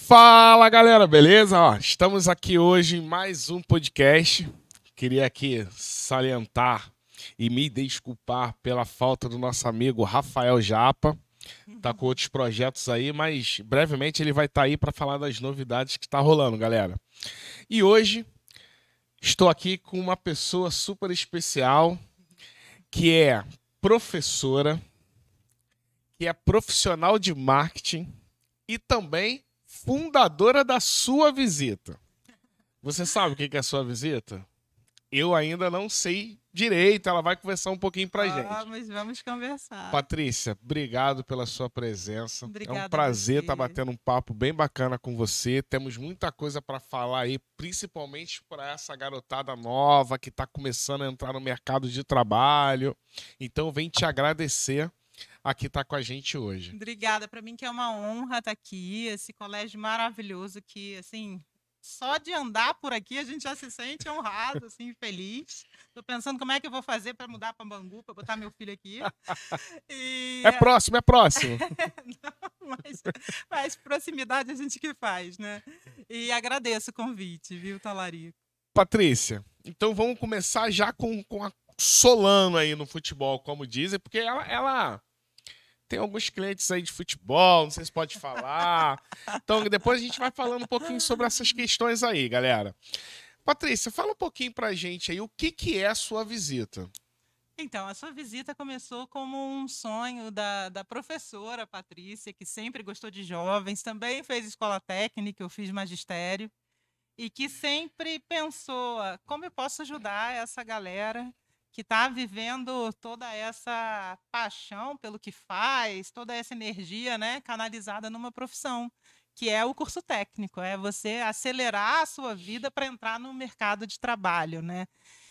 Fala galera, beleza? Ó, estamos aqui hoje em mais um podcast. Queria aqui salientar e me desculpar pela falta do nosso amigo Rafael Japa. Tá com outros projetos aí, mas brevemente ele vai estar aí para falar das novidades que tá rolando, galera. E hoje estou aqui com uma pessoa super especial, que é professora, que é profissional de marketing e também fundadora da Sua Visita. Você sabe o que é a Sua Visita? Eu ainda não sei direito, ela vai conversar um pouquinho pra gente. Mas vamos conversar. Patrícia, obrigado pela sua presença. É um Obrigada a prazer estar você. batendo um papo bem bacana com você. Temos muita coisa para falar aí, principalmente para essa garotada nova que está começando a entrar no mercado de trabalho. Então, eu venho te agradecer aqui estar com a gente hoje. Obrigada, para mim que é uma honra estar aqui, esse colégio maravilhoso que, assim, só de andar por aqui a gente já se sente honrado, assim, feliz. Estou pensando como é que eu vou fazer para mudar para Bangu, para botar meu filho aqui. E... É próximo, é próximo. Não, mas proximidade a gente que faz, né? E agradeço o convite, viu, Talarico? Patrícia, então vamos começar já com a Solano aí no futebol, como dizem, porque ela tem alguns clientes aí de futebol, não sei se pode falar. Então, depois a gente vai falando um pouquinho sobre essas questões aí, galera. Patrícia, fala um pouquinho pra gente aí o que é a Sua Visita. Então, a Sua Visita começou como um sonho da professora Patrícia, que sempre gostou de jovens, também fez escola técnica, eu fiz magistério, e que sempre pensou, como eu posso ajudar essa galera que está vivendo toda essa paixão pelo que faz, toda essa energia, né, canalizada numa profissão, que é o curso técnico, é você acelerar a sua vida para entrar no mercado de trabalho, né?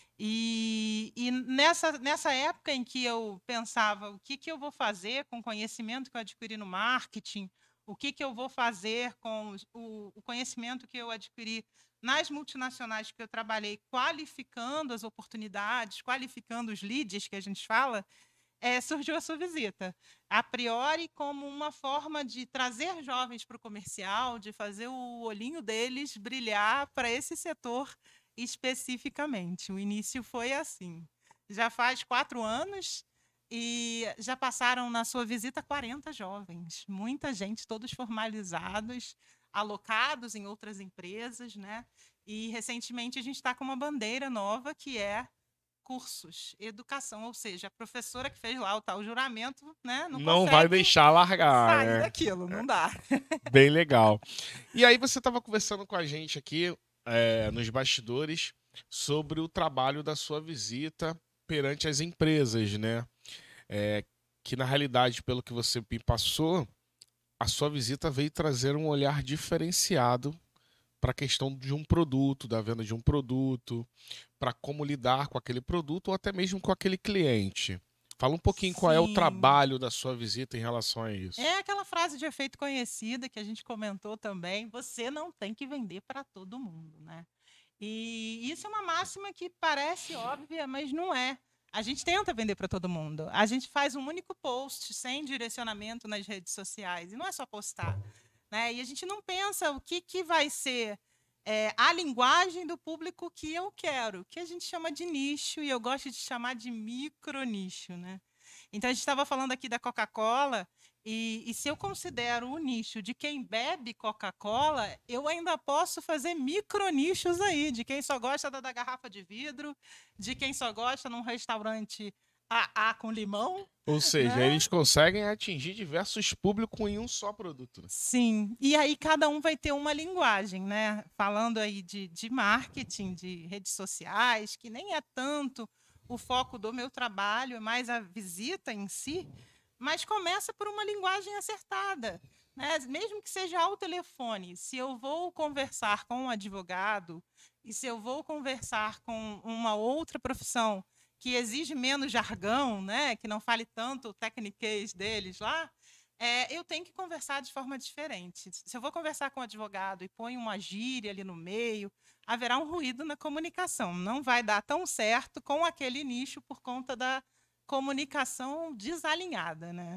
E nessa época em que eu pensava o que eu vou fazer com o conhecimento que eu adquiri no marketing, o que eu vou fazer com o conhecimento que eu adquiri nas multinacionais que eu trabalhei, qualificando as oportunidades, qualificando os leads que a gente fala, surgiu a Sua Visita. A priori, como uma forma de trazer jovens para o comercial, de fazer o olhinho deles brilhar para esse setor especificamente. O início foi assim. Já faz 4 anos e já passaram na Sua Visita 40 jovens. Muita gente, todos formalizados, alocados em outras empresas, né? E recentemente a gente está com uma bandeira nova que é cursos, educação, ou seja, a professora que fez lá o tal juramento, né, não Não vai consegue deixar largar, sair né? daquilo, não dá. Bem legal. E aí você estava conversando com a gente aqui, nos bastidores, sobre o trabalho da Sua Visita perante as empresas, né? É, que na realidade, pelo que você me passou, a Sua Visita veio trazer um olhar diferenciado para a questão de um produto, da venda de um produto, para como lidar com aquele produto ou até mesmo com aquele cliente. Fala um pouquinho qual é o Sim. trabalho da Sua Visita em relação a isso. É aquela frase de efeito conhecida que a gente comentou também, você não tem que vender para todo mundo, né? E isso é uma máxima que parece óbvia, mas não é. A gente tenta vender para todo mundo. A gente faz um único post sem direcionamento nas redes sociais. E não é só postar. Né? E a gente não pensa o que vai ser a linguagem do público que eu quero, que a gente chama de nicho, e eu gosto de chamar de micronicho. Né? Então, a gente estava falando aqui da Coca-Cola, e se eu considero o nicho de quem bebe Coca-Cola, eu ainda posso fazer micronichos aí, de quem só gosta da garrafa de vidro, de quem só gosta num restaurante AA com limão, Ou seja, né? eles conseguem atingir diversos públicos em um só produto, né? Sim, e aí cada um vai ter uma linguagem, né? Falando aí de marketing, de redes sociais, que nem é tanto o foco do meu trabalho, é mais a visita em si, mas começa por uma linguagem acertada, né? Mesmo que seja ao telefone, se eu vou conversar com um advogado e se eu vou conversar com uma outra profissão que exige menos jargão, né? Que não fale tanto o tecniquez deles lá, eu tenho que conversar de forma diferente. Se eu vou conversar com um advogado e põe uma gíria ali no meio, haverá um ruído na comunicação. Não vai dar tão certo com aquele nicho por conta da comunicação desalinhada, né?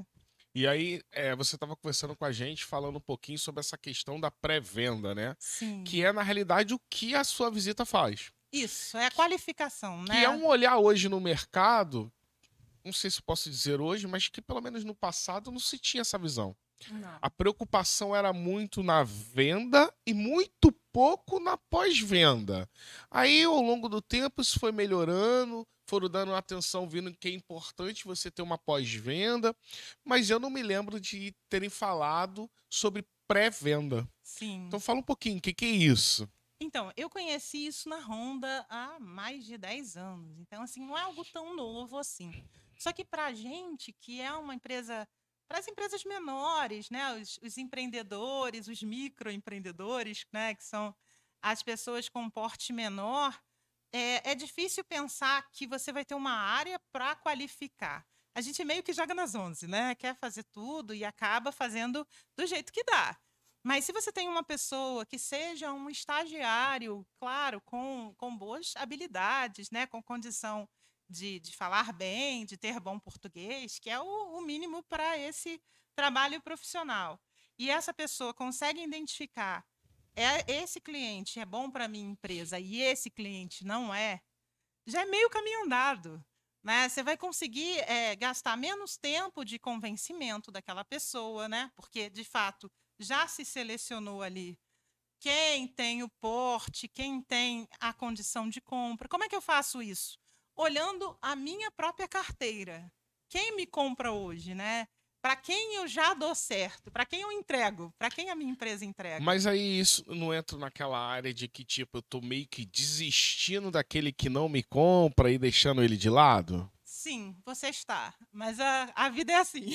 E aí, você estava conversando com a gente, falando um pouquinho sobre essa questão da pré-venda, né? Que Sim. é, na realidade, o que a sua visita faz. Isso, é a qualificação, Que é né? um olhar hoje no mercado, não sei se eu posso dizer hoje, mas que pelo menos no passado não se tinha essa visão. Não. A preocupação era muito na venda e muito pouco na pós-venda. Aí, ao longo do tempo, isso foi melhorando, foram dando atenção, vendo que é importante você ter uma pós-venda, mas eu não me lembro de terem falado sobre pré-venda. Sim. Então, fala um pouquinho, o que que é isso? Então, eu conheci isso na Honda há mais de 10 anos. Então, assim, não é algo tão novo assim. Só que para a gente, que é uma empresa, para as empresas menores, né, os empreendedores, os microempreendedores, né, que são as pessoas com porte menor, é difícil pensar que você vai ter uma área para qualificar. A gente meio que joga nas 11, né? Quer fazer tudo e acaba fazendo do jeito que dá. Mas se você tem uma pessoa que seja um estagiário, claro, com boas habilidades, né, com condição de falar bem, de ter bom português, que é o mínimo para esse trabalho profissional. E essa pessoa consegue identificar esse cliente é bom para minha empresa e esse cliente não é, já é meio caminho andado. Né? Você vai conseguir gastar menos tempo de convencimento daquela pessoa, né? Porque, de fato, já se selecionou ali quem tem o porte, quem tem a condição de compra. Como é que eu faço isso? Olhando a minha própria carteira. Quem me compra hoje, né? Para quem eu já dou certo? Para quem eu entrego? Para quem a minha empresa entrega? Mas aí isso não entra naquela área de que, tipo, eu tô meio que desistindo daquele que não me compra e deixando ele de lado? Sim, você está. Mas a vida é assim.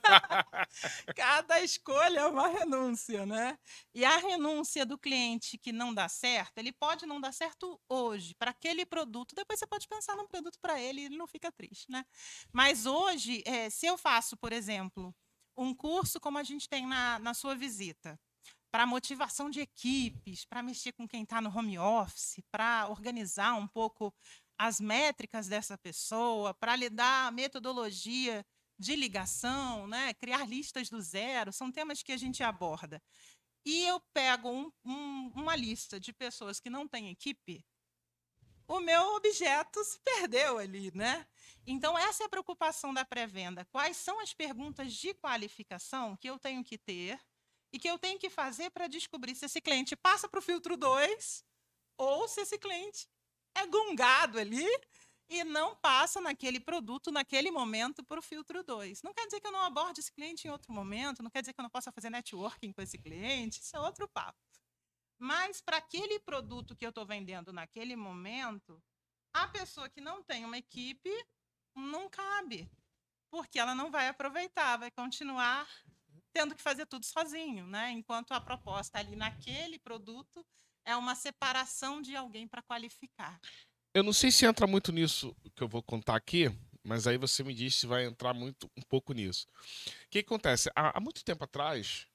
Cada escolha é uma renúncia, né? E a renúncia do cliente que não dá certo, ele pode não dar certo hoje para aquele produto. Depois você pode pensar num produto para ele e ele não fica triste, né? Mas hoje, se eu faço, por exemplo, um curso como a gente tem na sua visita, para motivação de equipes, para mexer com quem está no home office, para organizar um pouco as métricas dessa pessoa, para lhe dar a metodologia de ligação, né? Criar listas do zero, são temas que a gente aborda. E eu pego uma lista de pessoas que não têm equipe, o meu objeto se perdeu ali, né? Então, essa é a preocupação da pré-venda. Quais são as perguntas de qualificação que eu tenho que ter e que eu tenho que fazer para descobrir se esse cliente passa para o filtro 2 ou se esse cliente é gongado ali e não passa naquele produto, naquele momento, para o filtro 2. Não quer dizer que eu não aborde esse cliente em outro momento, não quer dizer que eu não possa fazer networking com esse cliente, isso é outro papo. Mas para aquele produto que eu estou vendendo naquele momento, a pessoa que não tem uma equipe não cabe, porque ela não vai aproveitar, vai continuar tendo que fazer tudo sozinho, né? Enquanto a proposta ali naquele produto é uma separação de alguém para qualificar. Eu não sei se entra muito nisso que eu vou contar aqui, mas aí você me diz se vai entrar muito um pouco nisso. O que acontece? Há muito tempo atrás,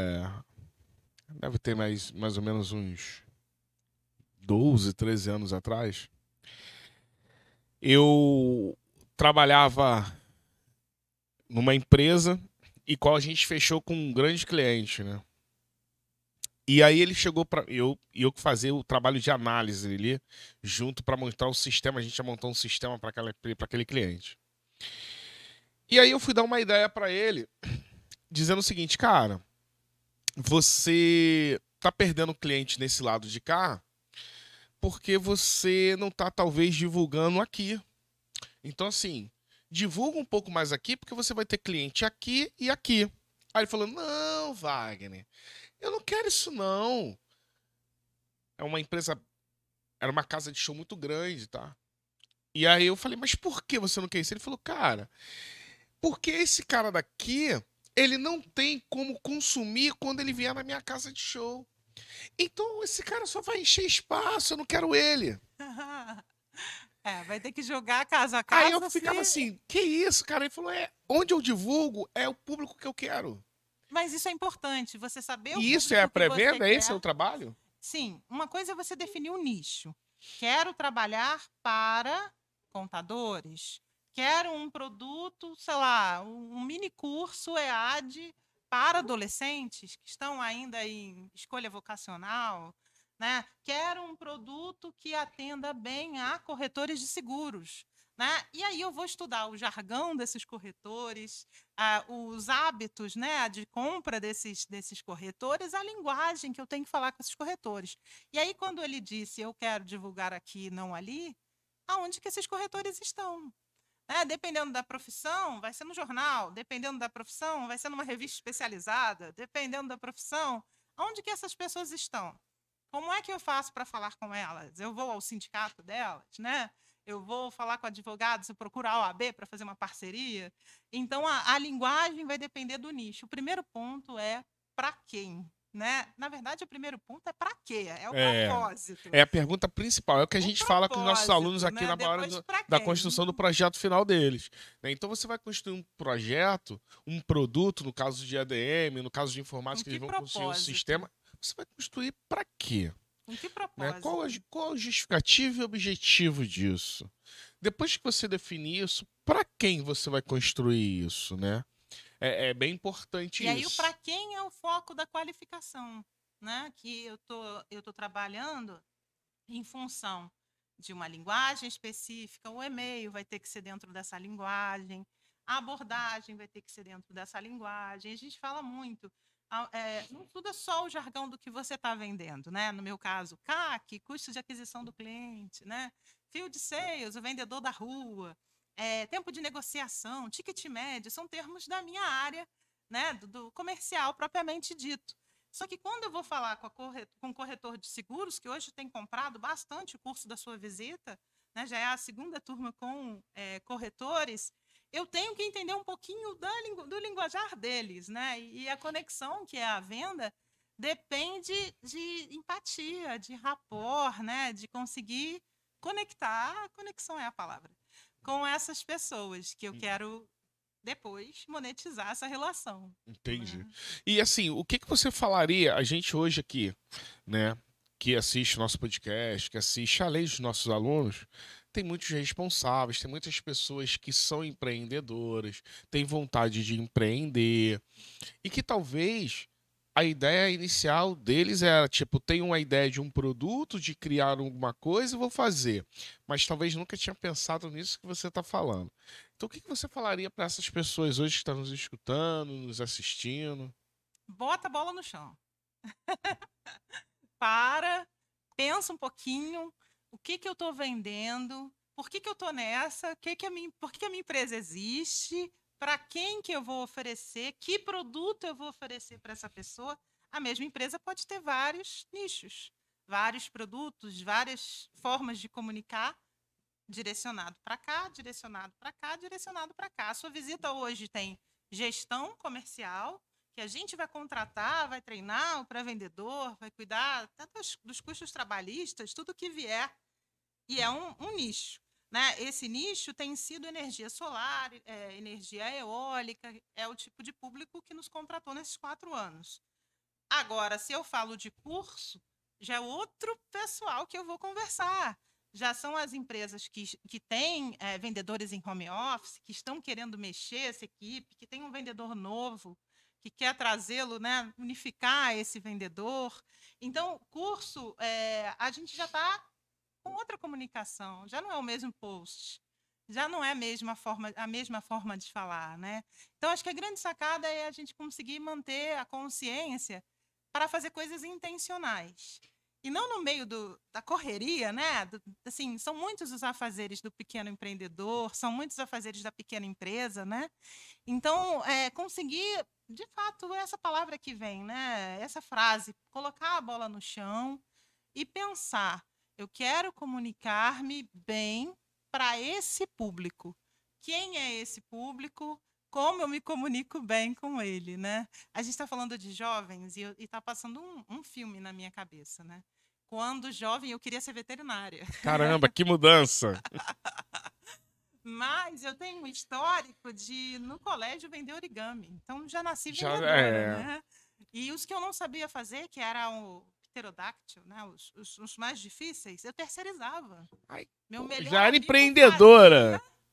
deve ter mais ou menos uns 12, 13 anos atrás, eu trabalhava numa empresa e qual a gente fechou com um grande cliente, né? E aí ele chegou para eu que fazia o trabalho de análise ali, junto para montar um sistema, a gente ia montar um sistema para aquele cliente. E aí eu fui dar uma ideia para ele, dizendo o seguinte, cara, você tá perdendo cliente nesse lado de cá, porque você não tá talvez divulgando aqui. Então assim, divulga um pouco mais aqui, porque você vai ter cliente aqui e aqui. Aí ele falou, não, Wagner, eu não quero isso não. É uma empresa, era uma casa de show muito grande, tá? E aí eu falei, mas por que você não quer isso? Ele falou, cara, porque esse cara daqui, ele não tem como consumir quando ele vier na minha casa de show. Então esse cara só vai encher espaço, eu não quero ele. Vai ter que jogar casa a Aí eu casa. ficava assim, que isso, cara? Ele falou, onde eu divulgo é o público que eu quero. Mas isso é importante, você saber o E isso é a público que você pré-venda? Esse é o quer. trabalho? Sim, uma coisa é você definir um nicho. Quero trabalhar para contadores, Quero um produto, sei lá, um mini curso EAD para adolescentes que estão ainda em escolha vocacional, né? Quero um produto que atenda bem a corretores de seguros, né? E aí eu vou estudar o jargão desses corretores, os hábitos, né, de compra desses corretores, a linguagem que eu tenho que falar com esses corretores. E aí, quando ele disse, eu quero divulgar aqui, não ali, aonde que esses corretores estão? Dependendo da profissão, vai ser no jornal. Dependendo da profissão, vai ser numa revista especializada. Dependendo da profissão, onde que essas pessoas estão? Como é que eu faço para falar com elas? Eu vou ao sindicato delas, né? Eu vou falar com advogados, eu procuro a OAB para fazer uma parceria. Então, a linguagem vai depender do nicho. O primeiro ponto é para quem? Né? Na verdade, o primeiro ponto é para quê? É o propósito. É a pergunta principal. É o que a gente fala com os nossos alunos aqui, né? Na hora da construção do projeto final deles. Né? Então, você vai construir um projeto, um produto, no caso de ADM, no caso de informática, que eles vão construir um sistema. Você vai construir para quê? Com que propósito? Né? Qual é o justificativo e objetivo disso? Depois que você definir isso, para quem você vai construir isso, né? É bem importante isso. E aí, para quem é o foco da qualificação, né? Que eu tô trabalhando em função de uma linguagem específica, o e-mail vai ter que ser dentro dessa linguagem, a abordagem vai ter que ser dentro dessa linguagem. A gente fala muito, não estuda só o jargão do que você está vendendo, né? No meu caso, CAC, custo de aquisição do cliente, né? Field sales, o vendedor da rua, tempo de negociação, ticket médio, são termos da minha área, né? Do comercial propriamente dito. Só que quando eu vou falar com o corretor de seguros, que hoje tem comprado bastante o curso da sua visita, né, já é a segunda turma com corretores, eu tenho que entender um pouquinho do linguajar deles, né? E a conexão, que é a venda, depende de empatia, de rapport, né? De conseguir conectar, conexão é a palavra, com essas pessoas que eu quero depois monetizar essa relação. Entendi. Né? E assim, o que você falaria, a gente hoje aqui, né, que assiste o nosso podcast, que assiste, além dos nossos alunos, tem muitos responsáveis, tem muitas pessoas que são empreendedoras, têm vontade de empreender, e que talvez a ideia inicial deles era, tipo, tenho uma ideia de um produto, de criar alguma coisa e vou fazer. Mas talvez nunca tinha pensado nisso que você está falando. Então, o que você falaria para essas pessoas hoje que estão nos escutando, nos assistindo? Bota a bola no chão. Pensa um pouquinho, o que eu estou vendendo, por que eu estou nessa, por que a minha empresa existe, para quem que eu vou oferecer, que produto eu vou oferecer para essa pessoa. A mesma empresa pode ter vários nichos, vários produtos, várias formas de comunicar, direcionado para cá, direcionado para cá, direcionado para cá. A sua visita hoje tem gestão comercial, que a gente vai contratar, vai treinar o pré-vendedor, vai cuidar até dos custos trabalhistas, tudo que vier. E é um nicho. Né? Esse nicho tem sido energia solar, energia eólica, é o tipo de público que nos contratou nesses 4 anos. Agora, se eu falo de curso, já é outro pessoal que eu vou conversar. Já são as empresas que têm vendedores em home office, que estão querendo mexer essa equipe, que tem um vendedor novo, que quer trazê-lo, né, unificar esse vendedor. Então, curso, a gente já está com outra comunicação, já não é o mesmo post, já não é a mesma forma de falar, né? Então, acho que a grande sacada é a gente conseguir manter a consciência para fazer coisas intencionais. E não no meio da correria, né? Assim, são muitos os afazeres do pequeno empreendedor, são muitos os afazeres da pequena empresa, né? Então, conseguir, de fato, essa palavra que vem, né? Essa frase, colocar a bola no chão e pensar, eu quero comunicar-me bem para esse público. Quem é esse público? Como eu me comunico bem com ele, né? A gente está falando de jovens e está passando um filme na minha cabeça, né? Quando jovem, eu queria ser veterinária. Caramba, que mudança! Mas eu tenho um histórico de, no colégio, vender origami. Então, já nasci vendedora, né? E os que eu não sabia fazer, que era o pterodáctilo, né? Os mais difíceis, eu terceirizava. Ai, Meu melhor já era amigo empreendedora. fazia,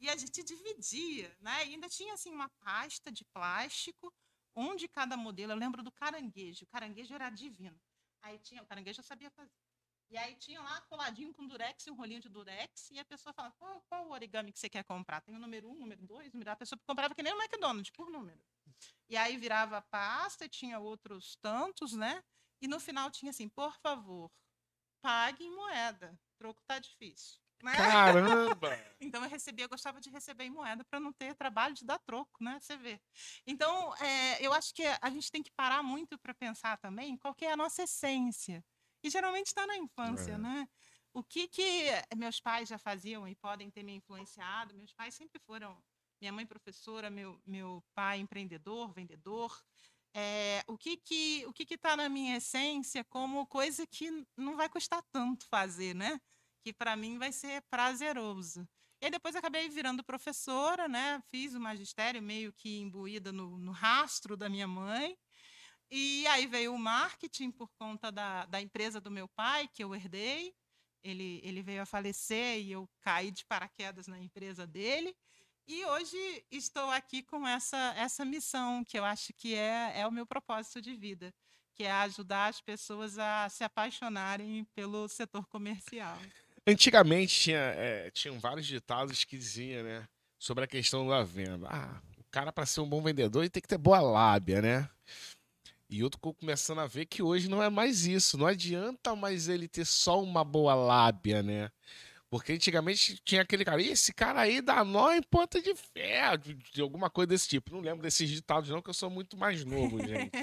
e a gente dividia, né? E ainda tinha assim uma pasta de plástico, um de cada modelo. Eu lembro do caranguejo. O caranguejo era divino. Aí tinha, o caranguejo eu sabia fazer. E aí tinha lá coladinho com durex, um rolinho de durex, e a pessoa falava, qual o origami que você quer comprar? Tem o número 1, número 2, número... A pessoa comprava que nem o McDonald's, por número. E aí virava a pasta, tinha outros tantos, né? E no final tinha assim, por favor, pague em moeda. Troco tá difícil. Né? Caramba! Então eu gostava de receber em moeda para não ter trabalho de dar troco, né? Você vê. Então, eu acho que a gente tem que parar muito para pensar também qual que é a nossa essência. E geralmente está na infância, né? O que meus pais já faziam e podem ter me influenciado? Meus pais sempre foram, minha mãe professora, meu pai empreendedor, vendedor. O que está na minha essência como coisa que não vai custar tanto fazer, né? Que para mim vai ser prazeroso. E aí depois acabei virando professora, né? Fiz o magistério meio que imbuída no rastro da minha mãe. E aí veio o marketing por conta da empresa do meu pai, que eu herdei. Ele veio a falecer e eu caí de paraquedas na empresa dele. E hoje estou aqui com essa missão, que eu acho que é o meu propósito de vida, que é ajudar as pessoas a se apaixonarem pelo setor comercial. Antigamente tinham vários ditados que diziam, né, sobre a questão da venda. O cara, para ser um bom vendedor, ele tem que ter boa lábia, né? E eu tô começando a ver que hoje não é mais isso. Não adianta mais ele ter só uma boa lábia, né? Porque antigamente tinha aquele cara, esse cara aí dá nó em ponta de ferro, de alguma coisa desse tipo. Não lembro desses ditados, não, que eu sou muito mais novo, gente.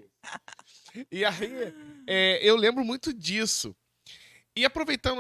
E aí, eu lembro muito disso. E aproveitando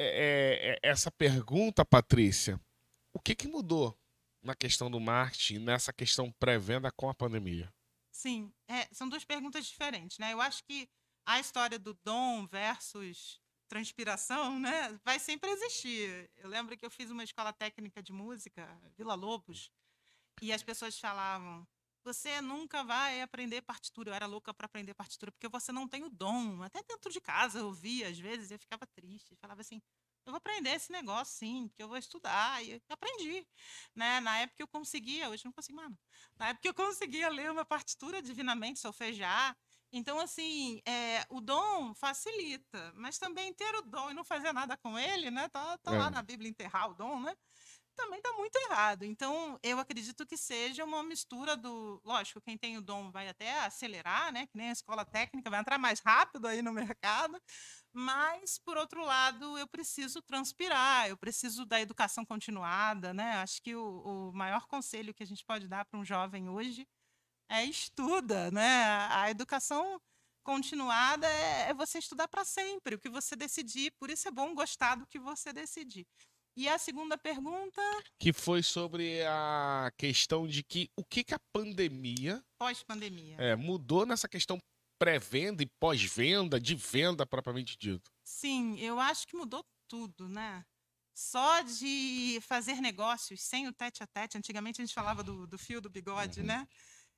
essa pergunta, Patrícia, o que mudou na questão do marketing, nessa questão pré-venda com a pandemia? Sim, são duas perguntas diferentes, né? Eu acho que a história do dom versus transpiração, né, vai sempre existir. Eu lembro que eu fiz uma escola técnica de música, Vila Lobos, e as pessoas falavam: você nunca vai aprender partitura. Eu era louca para aprender partitura porque você não tem o dom. Até dentro de casa eu ouvia, às vezes, eu ficava triste. Falava assim: eu vou aprender esse negócio, sim, porque eu vou estudar. E eu aprendi. Né? Na época eu conseguia, hoje não consigo mais. Não. Na época eu conseguia ler uma partitura divinamente, solfejar. Então, assim, o dom facilita, mas também ter o dom e não fazer nada com ele, né? Tá lá É. na Bíblia enterrar o dom, né? Também está muito errado. Então, eu acredito que seja uma mistura do. Lógico, quem tem o dom vai até acelerar, né? Que nem a escola técnica, vai entrar mais rápido aí no mercado. Mas, por outro lado, eu preciso transpirar, eu preciso da educação continuada, né? Acho que o maior conselho que a gente pode dar para um jovem hoje é estuda, né? A educação continuada é você estudar para sempre, o que você decidir. Por isso é bom gostar do que você decidir. E a segunda pergunta, Que foi sobre a questão de que o que a pandemia pós-pandemia. mudou nessa questão pré-venda e pós-venda, de venda propriamente dito. Sim, eu acho que mudou tudo, né? Só de fazer negócios sem o tete a tete. Antigamente a gente falava do fio do bigode, Uhum. né?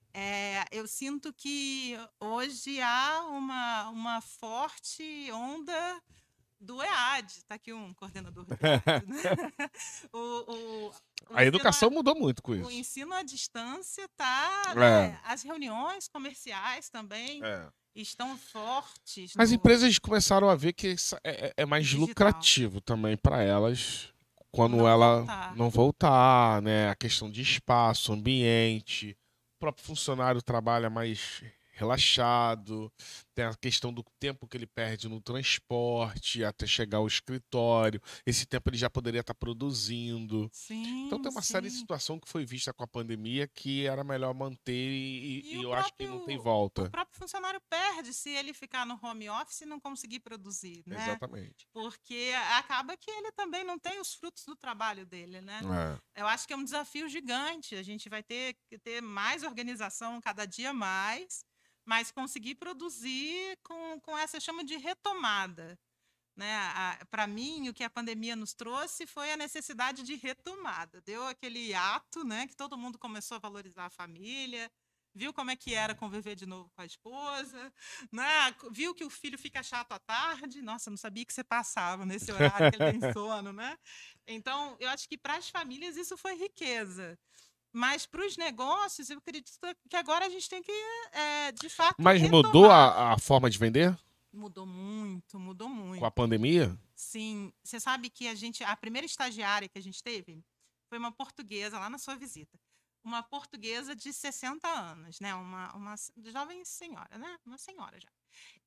Eu sinto que hoje há uma forte onda do EAD. Está aqui um coordenador do EAD, né? O, o, o A ensino educação mudou muito com o isso. ensino à distância tá, É, né? As reuniões comerciais também é. estão fortes As no empresas começaram a ver que isso é mais digital. lucrativo também para elas quando Não ela voltar. não voltar, né? A questão de espaço, ambiente, o próprio funcionário trabalha mais relaxado, tem a questão do tempo que ele perde no transporte até chegar ao escritório. Esse tempo ele já poderia estar produzindo. Então Sim, tem uma série de sim. situação que foi vista com a pandemia que era melhor manter E e o eu acho que próprio, não tem o volta. próprio funcionário perde se ele ficar no home office e não conseguir produzir, né? Exatamente. Porque acaba que ele também não tem os frutos do trabalho dele, né? É. Eu acho que é um desafio gigante. A gente vai ter que ter mais organização cada dia mais, mas conseguir produzir com essa chama de retomada. Né? Para mim, o que a pandemia nos trouxe foi a necessidade de retomada. Deu aquele ato, né, que todo mundo começou a valorizar a família, viu como é que era conviver de novo com a esposa, né? Viu que o filho fica chato à tarde. Nossa, não sabia que você passava nesse horário que ele tem sono, né? Então, eu acho que para as famílias isso foi riqueza. Mas para os negócios, eu acredito que agora a gente tem que, de fato, Mas mudou retomar. a forma de vender Mudou muito, mudou com a muito. pandemia? Sim, você sabe que a primeira estagiária que a gente teve foi uma portuguesa lá na sua visita. Uma portuguesa de 60 anos, né? Uma jovem senhora, né? Uma senhora já.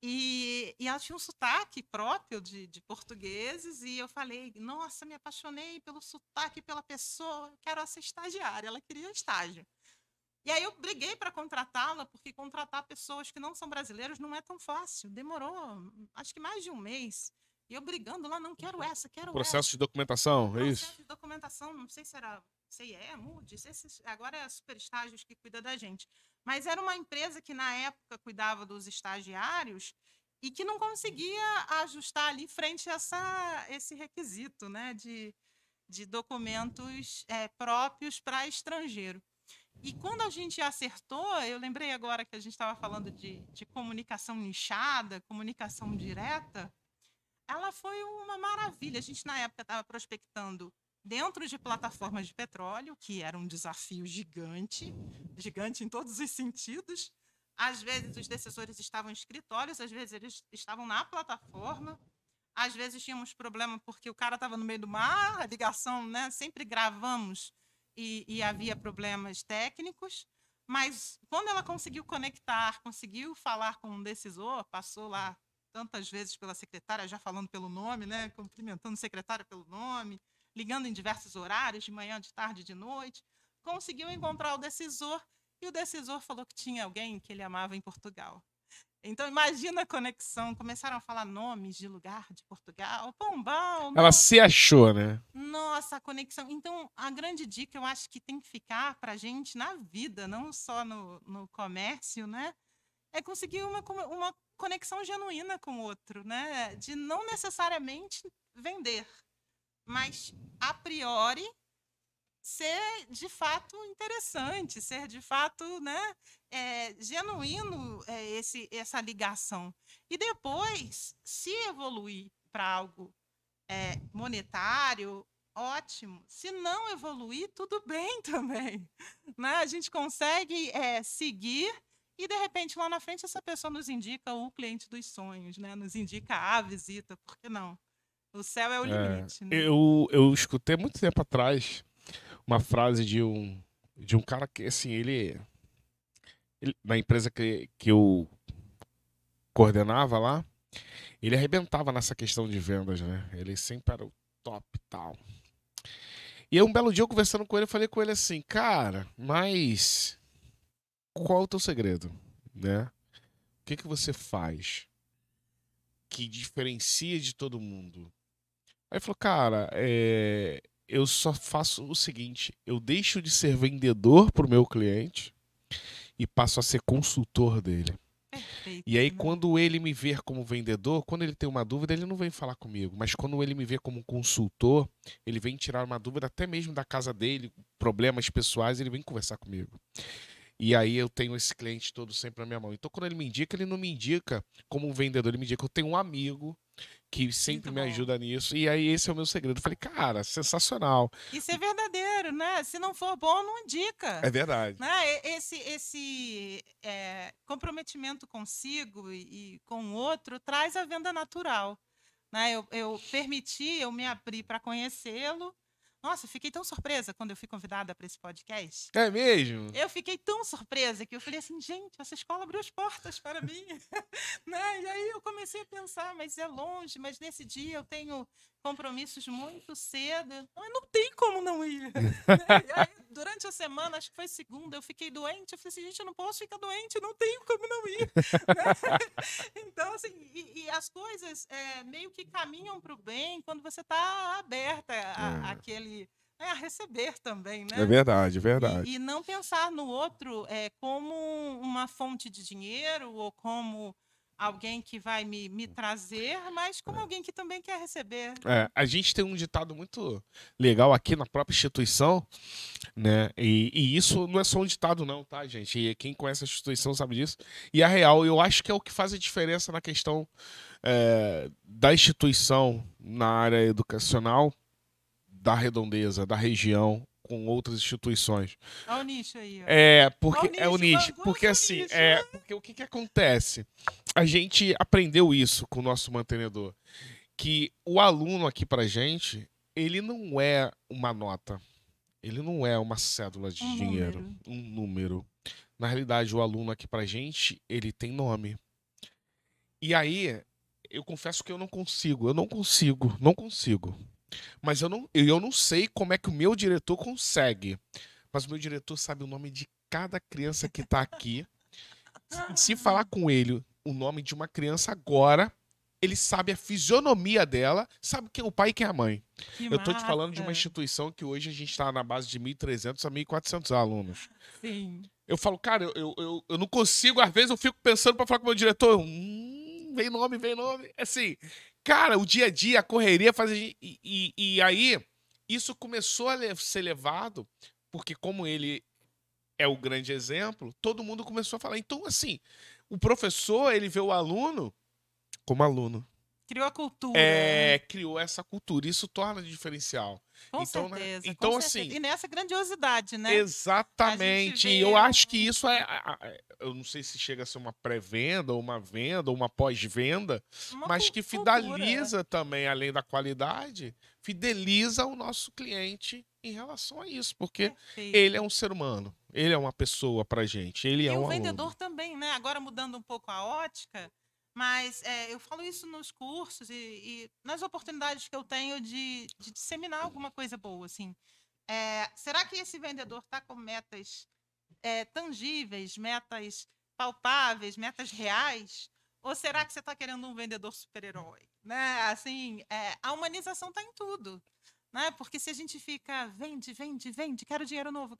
E ela tinha um sotaque próprio de portugueses, e eu falei, nossa, me apaixonei pelo sotaque, pela pessoa, quero essa estagiária. Ela queria estágio. E aí eu briguei para contratá-la, porque contratar pessoas que não são brasileiros não é tão fácil. Demorou, acho que mais de um mês. E eu brigando lá, não quero essa, quero essa. Processo de documentação, é Processo isso? de documentação, não sei se era CIE, Moody's, agora é a Super Estágios que cuida da gente. Mas era uma empresa que na época cuidava dos estagiários e que não conseguia ajustar ali frente a esse requisito, né, de documentos próprios para estrangeiro. E quando a gente acertou, eu lembrei agora que a gente estava falando de comunicação nichada, comunicação direta, ela foi uma maravilha. A gente, na época, estava prospectando dentro de plataformas de petróleo, que era um desafio gigante, gigante em todos os sentidos. Às vezes, os decisores estavam em escritórios, às vezes, eles estavam na plataforma. Às vezes, tínhamos problema porque o cara estava no meio do mar, a ligação, né? Sempre gravamos e havia problemas técnicos. Mas quando ela conseguiu conectar, conseguiu falar com um decisor, passou lá tantas vezes pela secretária, já falando pelo nome, né? Cumprimentando a secretária pelo nome, ligando em diversos horários, de manhã, de tarde, de noite. Conseguiu encontrar o decisor e o decisor falou que tinha alguém que ele amava em Portugal. Então, imagina a conexão. Começaram a falar nomes de lugar de Portugal. Pombal, Ela nossa, se achou, né? nossa, a conexão. Então, a grande dica, eu acho que tem que ficar para a gente na vida, não só no comércio, né? É conseguir uma conexão genuína com o outro, né? De não necessariamente vender, mas a priori ser de fato interessante, ser de fato, né, genuíno, essa ligação. E depois, se evoluir para algo monetário, ótimo. Se não evoluir, tudo bem também. Né? A gente consegue seguir e, de repente, lá na frente, essa pessoa nos indica o cliente dos sonhos, né? Nos indica a visita, por que não? O céu é o limite, né? Eu escutei muito tempo atrás uma frase de um cara que, assim, na empresa que eu coordenava lá, ele arrebentava nessa questão de vendas, né? Ele sempre era o top e tal. E aí, um belo dia, eu conversando com ele, eu falei com ele assim, cara, mas qual é o teu segredo, né? O que que você faz que diferencia de todo mundo? Aí ele falou, cara, eu só faço o seguinte, eu deixo de ser vendedor pro meu cliente e passo a ser consultor dele. Perfeito, E aí, né? quando ele me ver como vendedor, quando ele tem uma dúvida, ele não vem falar comigo. Mas quando ele me vê como consultor, ele vem tirar uma dúvida até mesmo da casa dele, problemas pessoais, ele vem conversar comigo. E aí eu tenho esse cliente todo sempre na minha mão. Então, quando ele me indica, ele não me indica como um vendedor, ele me indica. Eu tenho um amigo que sempre Muito me bom. ajuda nisso. E aí esse é o meu segredo. Eu falei, cara, sensacional. E ser verdadeiro, né? Se não for bom, não indica. É verdade. Né? Esse comprometimento consigo e com o outro traz a venda natural. Né? Eu permiti, eu me abri para conhecê-lo. Nossa, eu fiquei tão surpresa quando eu fui convidada para esse podcast. É mesmo? Eu fiquei tão surpresa que eu falei assim, gente, essa escola abriu as portas para mim. Né? E aí eu comecei a pensar, mas é longe, mas nesse dia eu tenho compromissos muito cedo. Mas não tem como não ir. Né? E aí, durante a semana, acho que foi segunda, eu fiquei doente. Eu falei assim, gente, eu não posso ficar doente, não tenho como não ir. Né? Então, assim, e as coisas meio que caminham para o bem quando você está aberta àquele a receber também, É né? verdade, é verdade. E não pensar no outro como uma fonte de dinheiro ou como alguém que vai me trazer, mas como alguém que também quer receber. A gente tem um ditado muito legal aqui na própria instituição, né? E isso não é só um ditado, não, tá, gente? E quem conhece a instituição sabe disso. E a real, eu acho que é o que faz a diferença na questão da instituição na área educacional, da redondeza, da região, com outras instituições. Olha o nicho aí, ó. Porque é o nicho. Porque assim, porque o que que acontece? A gente aprendeu isso com o nosso mantenedor, que o aluno aqui pra gente, ele não é uma nota, ele não é uma cédula de dinheiro, um número. Na realidade, o aluno aqui pra gente, ele tem nome. E aí, eu confesso que eu não consigo. Mas eu não sei como é que o meu diretor consegue. Mas o meu diretor sabe o nome de cada criança que tá aqui. Se falar com ele o nome de uma criança agora, ele sabe a fisionomia dela, sabe quem é o pai e quem é a mãe. Eu tô te falando de uma instituição que hoje a gente tá na base de 1.300 a 1.400 alunos. Sim. Eu falo, cara, eu não consigo, às vezes eu fico pensando pra falar com o meu diretor, vem nome. Assim, cara, o dia a dia, a correria, e aí, isso começou a ser levado, porque como ele é o grande exemplo, todo mundo começou a falar. Então, assim, o professor, ele vê o aluno como aluno. Criou a cultura. Criou essa cultura. Isso torna diferencial. Com então, certeza. Então, com assim. certeza. E nessa grandiosidade, né? Exatamente. E eu acho que isso eu não sei se chega a ser uma pré-venda, ou uma venda, ou uma pós-venda, mas que fideliza também, além da qualidade, fideliza o nosso cliente em relação a isso. Porque ele é um ser humano. Ele é uma pessoa pra gente. Ele é um aluno. E o vendedor também, né? Agora mudando um pouco a ótica. Mas eu falo isso nos cursos e nas oportunidades que eu tenho de disseminar alguma coisa boa, assim. Será que esse vendedor está com metas tangíveis, metas palpáveis, metas reais? Ou será que você está querendo um vendedor super-herói? Né? Assim, a humanização está em tudo. Né? Porque se a gente fica, vende, quero dinheiro novo,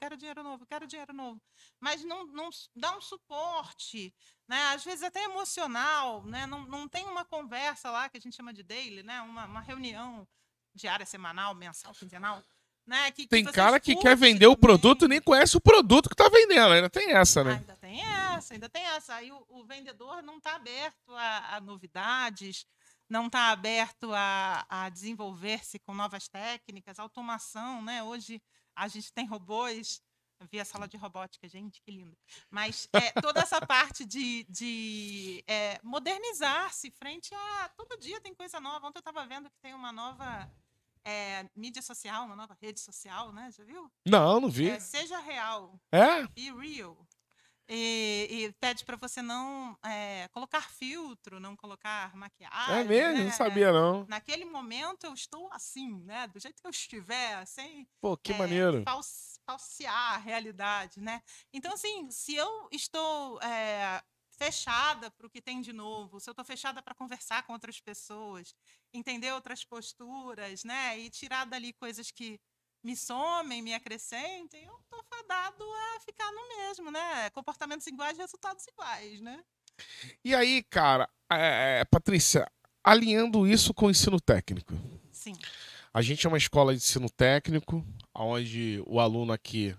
mas não dá um suporte, né? Às vezes até emocional, né? Não tem uma conversa lá que a gente chama de daily, né? Uma reunião diária, semanal, mensal, quinzenal. Né? Tem cara que quer vender o produto e nem conhece o produto que está vendendo, ainda tem essa, né? Ainda tem essa. Aí o vendedor não está aberto a novidades, não está aberto a desenvolver-se com novas técnicas, automação, né? Hoje a gente tem robôs, eu vi a sala de robótica, gente, que lindo. Mas toda essa parte de modernizar-se frente a... Todo dia tem coisa nova. Ontem eu estava vendo que tem uma nova mídia social, uma nova rede social, né? Já viu? Não vi. Seja real. Be real. E pede para você não colocar filtro, não colocar maquiagem. É mesmo? Né? Não sabia, não. Naquele momento eu estou assim, né? Do jeito que eu estiver, sem que maneiro. falsear a realidade, né? Então, assim, se eu estou fechada para o que tem de novo, se eu estou fechada para conversar com outras pessoas, entender outras posturas, né? E tirar dali coisas que me somem, me acrescentem, eu estou fadado a ficar no mesmo, né? Comportamentos iguais, resultados iguais, né? E aí, cara, Patrícia, alinhando isso com o ensino técnico. Sim. A gente é uma escola de ensino técnico, onde o aluno aqui,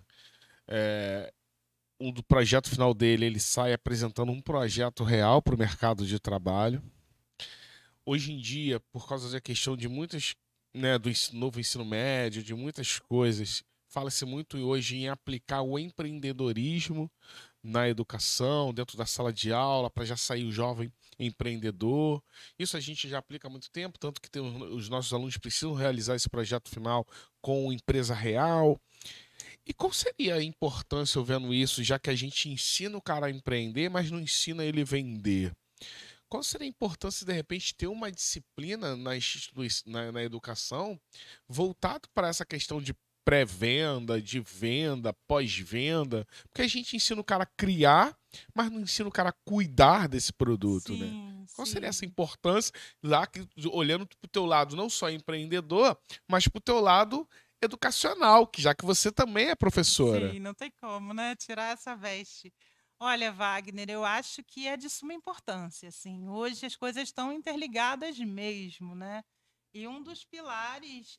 do projeto final dele, ele sai apresentando um projeto real para o mercado de trabalho. Hoje em dia, por causa da questão de muitas, né, do novo ensino médio, de muitas coisas, fala-se muito hoje em aplicar o empreendedorismo na educação, dentro da sala de aula, para já sair o jovem empreendedor. Isso a gente já aplica há muito tempo, tanto que os nossos alunos precisam realizar esse projeto final com empresa real. E qual seria a importância, vendo isso, já que a gente ensina o cara a empreender, mas não ensina ele a vender? Qual seria a importância, de repente, ter uma disciplina na educação voltado para essa questão de pré-venda, de venda, pós-venda? Porque a gente ensina o cara a criar, mas não ensina o cara a cuidar desse produto, né? Qual seria essa importância, lá olhando para o teu lado, não só empreendedor, mas para o teu lado educacional, já que você também é professora? Sim, não tem como, né? Tirar essa veste. Olha, Wagner, eu acho que é de suma importância, assim. Hoje as coisas estão interligadas mesmo, né? E um dos pilares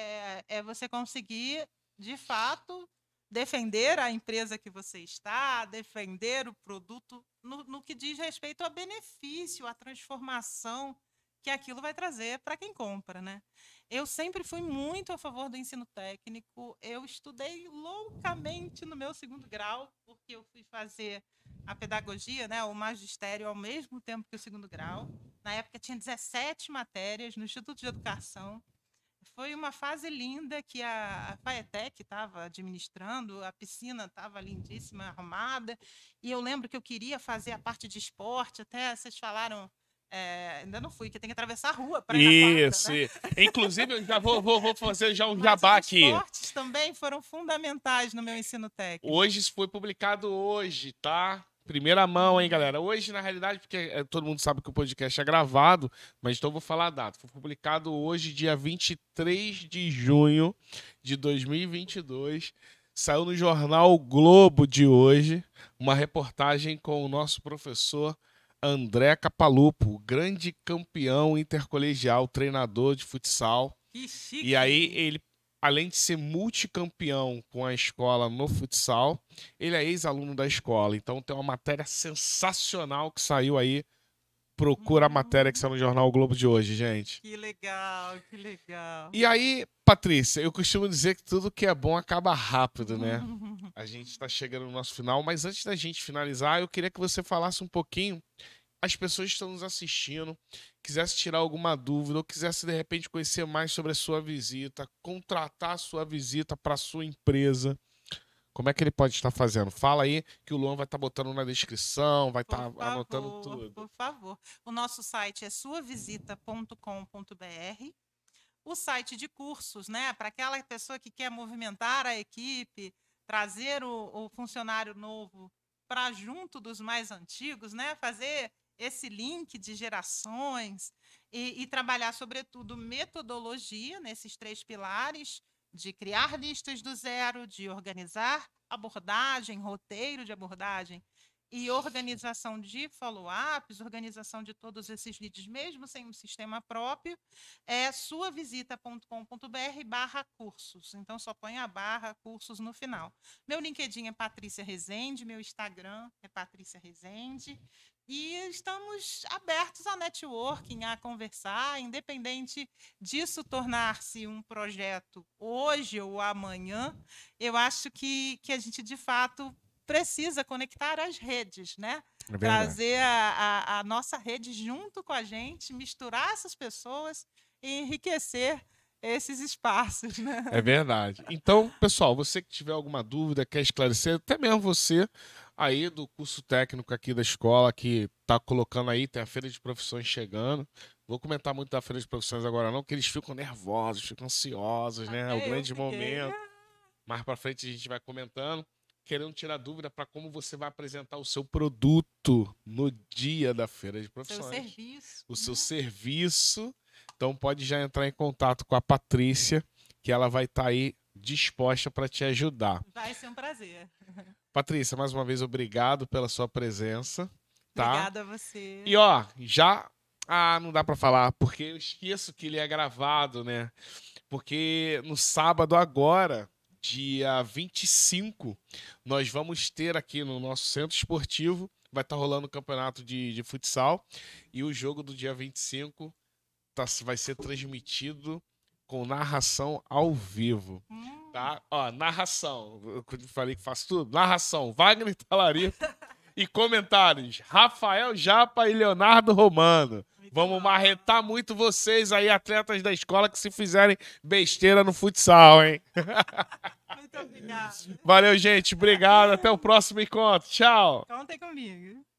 é você conseguir, de fato, defender a empresa que você está, defender o produto no que diz respeito ao benefício, à transformação que aquilo vai trazer para quem compra, né? Eu sempre fui muito a favor do ensino técnico. Eu estudei loucamente no meu segundo grau, porque eu fui fazer a pedagogia, né, o magistério, ao mesmo tempo que o segundo grau. Na época tinha 17 matérias no Instituto de Educação. Foi uma fase linda que a Faetec estava administrando, a piscina estava lindíssima, arrumada, e eu lembro que eu queria fazer a parte de esporte, até vocês falaram, ainda não fui, que tem que atravessar a rua para ir na quadra, Isso. né? Inclusive, eu já vou fazer já um Mas jabá os aqui. esportes também foram fundamentais no meu ensino técnico. Hoje, isso foi publicado hoje, tá? Primeira mão, hein, galera? Hoje, na realidade, porque todo mundo sabe que o podcast é gravado, mas então eu vou falar a data. Foi publicado hoje, dia 23 de junho de 2022. Saiu no jornal O Globo de hoje, uma reportagem com o nosso professor André Capalupo, o grande campeão intercolegial, treinador de futsal. Que chique! E aí, ele, além de ser multicampeão com a escola no futsal, ele é ex-aluno da escola. Então tem uma matéria sensacional que saiu aí. Procura a matéria que saiu no jornal O Globo de hoje, gente. Que legal, que legal. E aí, Patrícia, eu costumo dizer que tudo que é bom acaba rápido, né? A gente está chegando no nosso final, mas antes da gente finalizar, eu queria que você falasse um pouquinho. As pessoas que estão nos assistindo, quisesse tirar alguma dúvida ou quisesse de repente conhecer mais sobre a sua visita, contratar a sua visita para a sua empresa, como é que ele pode estar fazendo? Fala aí que o Luan vai estar botando na descrição, vai estar anotando tudo. Por favor. O nosso site é suavisita.com.br. O site de cursos, né? Para aquela pessoa que quer movimentar a equipe, trazer o funcionário novo para junto dos mais antigos, né? Fazer esse link de gerações e trabalhar, sobretudo, metodologia nesses 3 pilares, de criar listas do zero, de organizar abordagem, roteiro de abordagem e organização de follow-ups, organização de todos esses leads, mesmo sem um sistema próprio, é suavisita.com.br/cursos. Então, só põe a barra cursos no final. Meu LinkedIn é Patrícia Rezende, meu Instagram é Patrícia Rezende, e estamos abertos a networking, a conversar, independente disso tornar-se um projeto hoje ou amanhã. Eu acho que a gente, de fato, precisa conectar as redes, né? É Trazer a nossa rede junto com a gente, misturar essas pessoas e enriquecer esses espaços, né? É verdade. Então, pessoal, você que tiver alguma dúvida, quer esclarecer, até mesmo você aí do curso técnico aqui da escola que tá colocando aí, tem a feira de profissões chegando. Vou comentar muito da feira de profissões agora não, porque eles ficam nervosos, ficam ansiosos, né? É o grande momento. Mais para frente a gente vai comentando, querendo tirar dúvida para como você vai apresentar o seu produto no dia da feira de profissões. Seu serviço. O seu serviço. Então pode já entrar em contato com a Patrícia, que ela vai estar aí disposta para te ajudar. Vai ser um prazer. Patrícia, mais uma vez, obrigado pela sua presença. Tá? Obrigada a você. E ó, já... Ah, não dá para falar, porque eu esqueço que ele é gravado, né? Porque no sábado agora, dia 25, nós vamos ter aqui no nosso centro esportivo, vai estar rolando o campeonato de futsal, e o jogo do dia 25 vai ser transmitido com narração ao vivo, tá? Ó, narração, eu falei que faço tudo, narração, Wagner Talarico e comentários, Rafael Japa e Leonardo Romano. Vamos marretar muito vocês aí, atletas da escola, que se fizerem besteira no futsal, hein? Muito obrigada. Valeu, gente. Obrigado. Até o próximo encontro. Tchau. Contem comigo.